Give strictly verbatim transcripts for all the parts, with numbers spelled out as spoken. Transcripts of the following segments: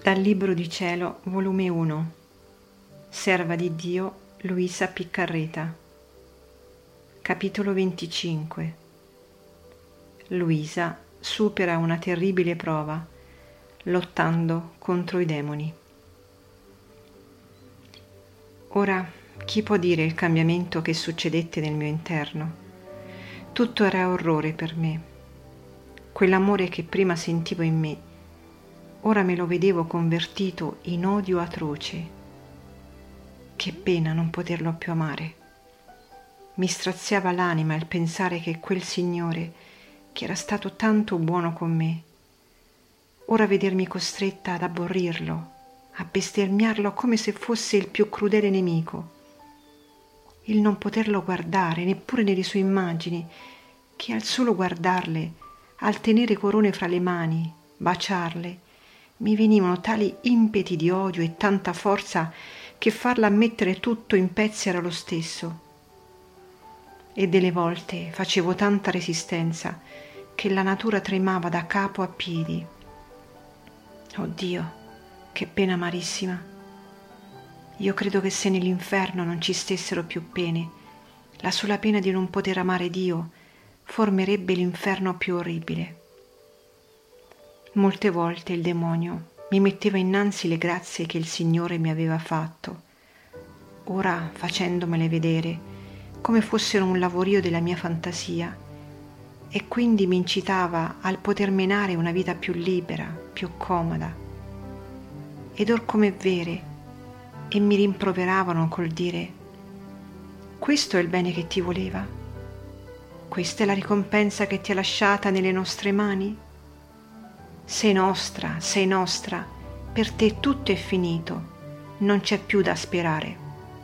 Dal Libro di Cielo, volume uno, Serva di Dio Luisa Piccarreta. Capitolo venticinque. Luisa supera una terribile prova, lottando contro i demoni. Ora, chi può dire il cambiamento che succedette nel mio interno? Tutto era orrore per me. Quell'amore che prima sentivo in me, ora me lo vedevo convertito in odio atroce. Che pena non poterlo più amare. Mi straziava l'anima il pensare che quel Signore, che era stato tanto buono con me, ora vedermi costretta ad aborrirlo, a bestemmiarlo come se fosse il più crudele nemico. Il non poterlo guardare neppure nelle sue immagini, che al solo guardarle, al tenere corone fra le mani, baciarle, mi venivano tali impeti di odio e tanta forza che farla mettere tutto in pezzi era lo stesso. E delle volte facevo tanta resistenza che la natura tremava da capo a piedi. Oh Dio, che pena amarissima! Io credo che se nell'inferno non ci stessero più pene, la sola pena di non poter amare Dio formerebbe l'inferno più orribile. Molte volte il demonio mi metteva innanzi le grazie che il Signore mi aveva fatto, ora facendomele vedere come fossero un lavorio della mia fantasia, e quindi mi incitava al poter menare una vita più libera, più comoda. Ed or come vere, e mi rimproveravano col dire: questo è il bene che ti voleva? Questa è la ricompensa che ti ha lasciata nelle nostre mani? Sei nostra, sei nostra, per te tutto è finito, non c'è più da sperare.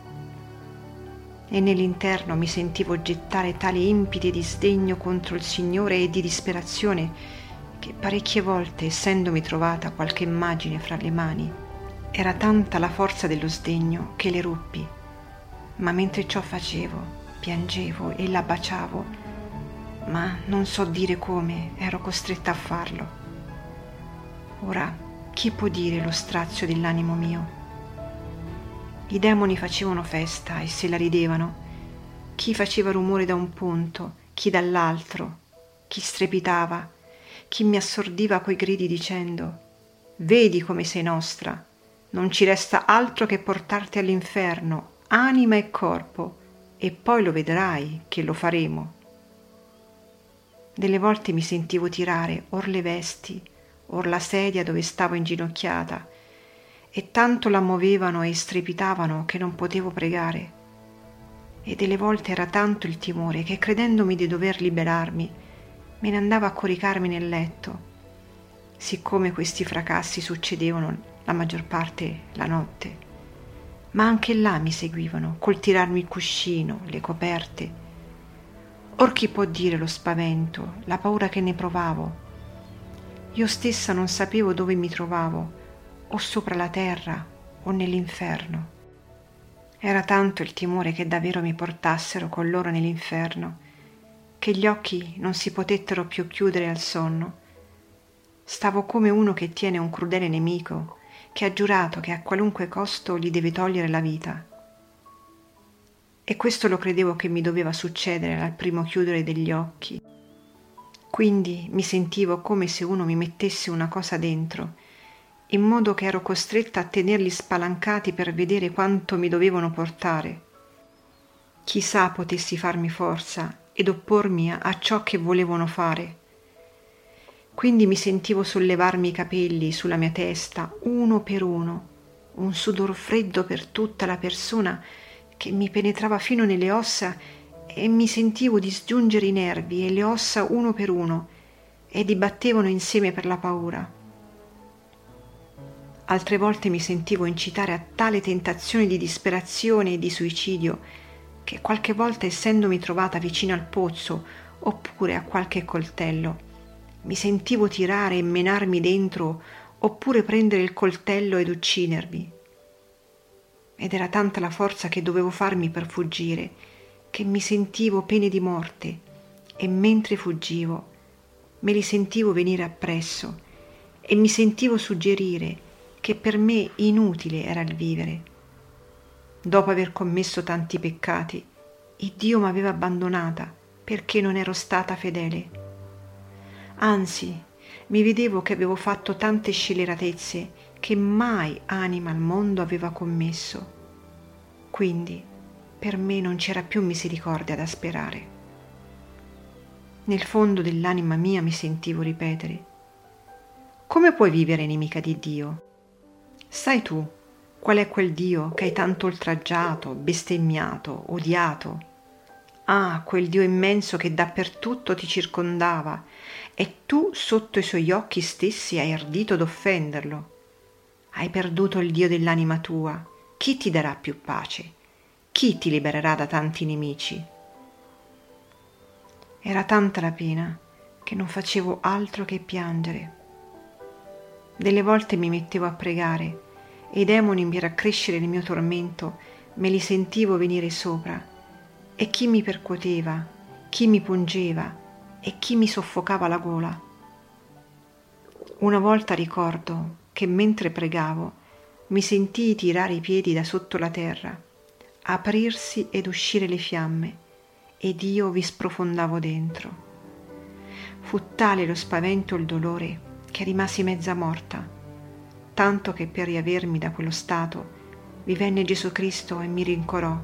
E nell'interno mi sentivo gettare tali impeti di sdegno contro il Signore e di disperazione che parecchie volte, essendomi trovata qualche immagine fra le mani, era tanta la forza dello sdegno che le ruppi, ma mentre ciò facevo, piangevo e la baciavo, ma non so dire come ero costretta a farlo. Ora, chi può dire lo strazio dell'animo mio? I demoni facevano festa e se la ridevano, chi faceva rumore da un punto, chi dall'altro, chi strepitava, chi mi assordiva coi gridi dicendo: vedi come sei nostra, non ci resta altro che portarti all'inferno, anima e corpo, e poi lo vedrai che lo faremo. Delle volte mi sentivo tirare or le vesti, or la sedia dove stavo inginocchiata, e tanto la muovevano e strepitavano che non potevo pregare. E delle volte era tanto il timore che, credendomi di dover liberarmi, me ne andavo a coricarmi nel letto, siccome questi fracassi succedevano la maggior parte la notte. Ma anche là mi seguivano, col tirarmi il cuscino, le coperte. Or chi può dire lo spavento, la paura che ne provavo? Io stessa non sapevo dove mi trovavo, o sopra la terra o nell'inferno. Era tanto il timore che davvero mi portassero con loro nell'inferno, che gli occhi non si potettero più chiudere al sonno. Stavo come uno che tiene un crudele nemico, che ha giurato che a qualunque costo gli deve togliere la vita. E questo lo credevo che mi doveva succedere al primo chiudere degli occhi. Quindi mi sentivo come se uno mi mettesse una cosa dentro, in modo che ero costretta a tenerli spalancati per vedere quanto mi dovevano portare. Chissà potessi farmi forza ed oppormi a ciò che volevano fare. Quindi mi sentivo sollevarmi i capelli sulla mia testa, uno per uno, un sudor freddo per tutta la persona che mi penetrava fino nelle ossa, e mi sentivo disgiungere i nervi e le ossa uno per uno, e dibattevano insieme per la paura. Altre volte mi sentivo incitare a tale tentazione di disperazione e di suicidio che qualche volta, essendomi trovata vicino al pozzo oppure a qualche coltello, mi sentivo tirare e menarmi dentro oppure prendere il coltello ed uccidermi. Ed era tanta la forza che dovevo farmi per fuggire che mi sentivo pene di morte, e mentre fuggivo me li sentivo venire appresso e mi sentivo suggerire che per me inutile era il vivere. Dopo aver commesso tanti peccati, il Dio mi aveva abbandonata perché non ero stata fedele. Anzi, mi vedevo che avevo fatto tante scelleratezze che mai anima al mondo aveva commesso. Quindi per me non c'era più misericordia da sperare. Nel fondo dell'anima mia mi sentivo ripetere: come puoi vivere nemica di Dio? Sai tu qual è quel Dio che hai tanto oltraggiato, bestemmiato, odiato? Ah, quel Dio immenso che dappertutto ti circondava e tu sotto i suoi occhi stessi hai ardito d'offenderlo. Hai perduto il Dio dell'anima tua. Chi ti darà più pace? Chi ti libererà da tanti nemici? Era tanta la pena che non facevo altro che piangere. Delle volte mi mettevo a pregare e i demoni, per accrescere il mio tormento, me li sentivo venire sopra, e chi mi percuoteva, chi mi pungeva e chi mi soffocava la gola. Una volta ricordo che mentre pregavo mi sentii tirare i piedi da sotto la terra, aprirsi ed uscire le fiamme, ed io vi sprofondavo dentro. Fu tale lo spavento e il dolore che rimasi mezza morta, tanto che per riavermi da quello stato vi venne Gesù Cristo e mi rincorò.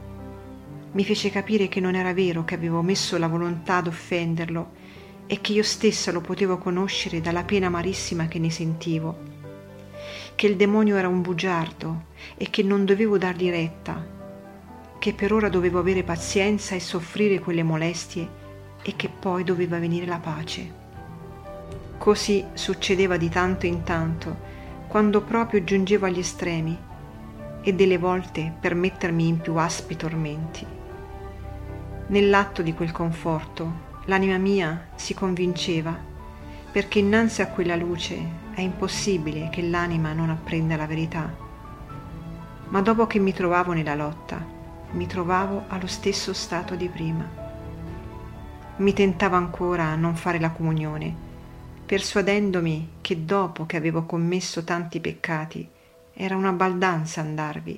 Mi fece capire che non era vero che avevo messo la volontà ad offenderlo e che io stessa lo potevo conoscere dalla pena amarissima che ne sentivo, che il demonio era un bugiardo e che non dovevo dargli retta, che per ora dovevo avere pazienza e soffrire quelle molestie e che poi doveva venire la pace. Così succedeva di tanto in tanto, quando proprio giungevo agli estremi, e delle volte per mettermi in più aspi tormenti. Nell'atto di quel conforto l'anima mia si convinceva, perché innanzi a quella luce è impossibile che l'anima non apprenda la verità. Ma dopo che mi trovavo nella lotta, mi trovavo allo stesso stato di prima. Mi tentavo ancora a non fare la comunione, persuadendomi che dopo che avevo commesso tanti peccati era una baldanza andarvi,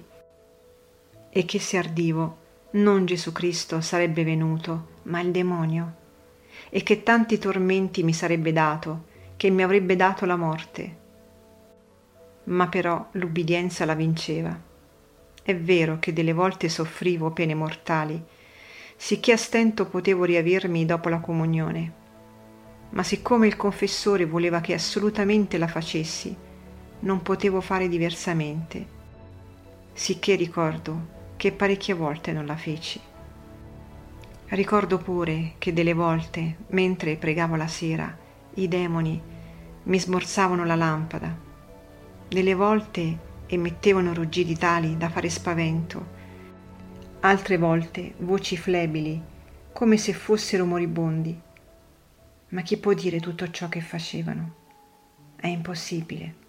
e che se ardivo non Gesù Cristo sarebbe venuto, ma il demonio, e che tanti tormenti mi sarebbe dato, che mi avrebbe dato la morte. Ma però l'ubbidienza la vinceva. È vero che delle volte soffrivo pene mortali, sicché a stento potevo riavermi dopo la comunione, ma siccome il confessore voleva che assolutamente la facessi, non potevo fare diversamente, sicché ricordo che parecchie volte non la feci. Ricordo pure che delle volte, mentre pregavo la sera, i demoni mi smorzavano la lampada, delle volte emettevano ruggiti tali da fare spavento, altre volte voci flebili, come se fossero moribondi. Ma chi può dire tutto ciò che facevano? È impossibile.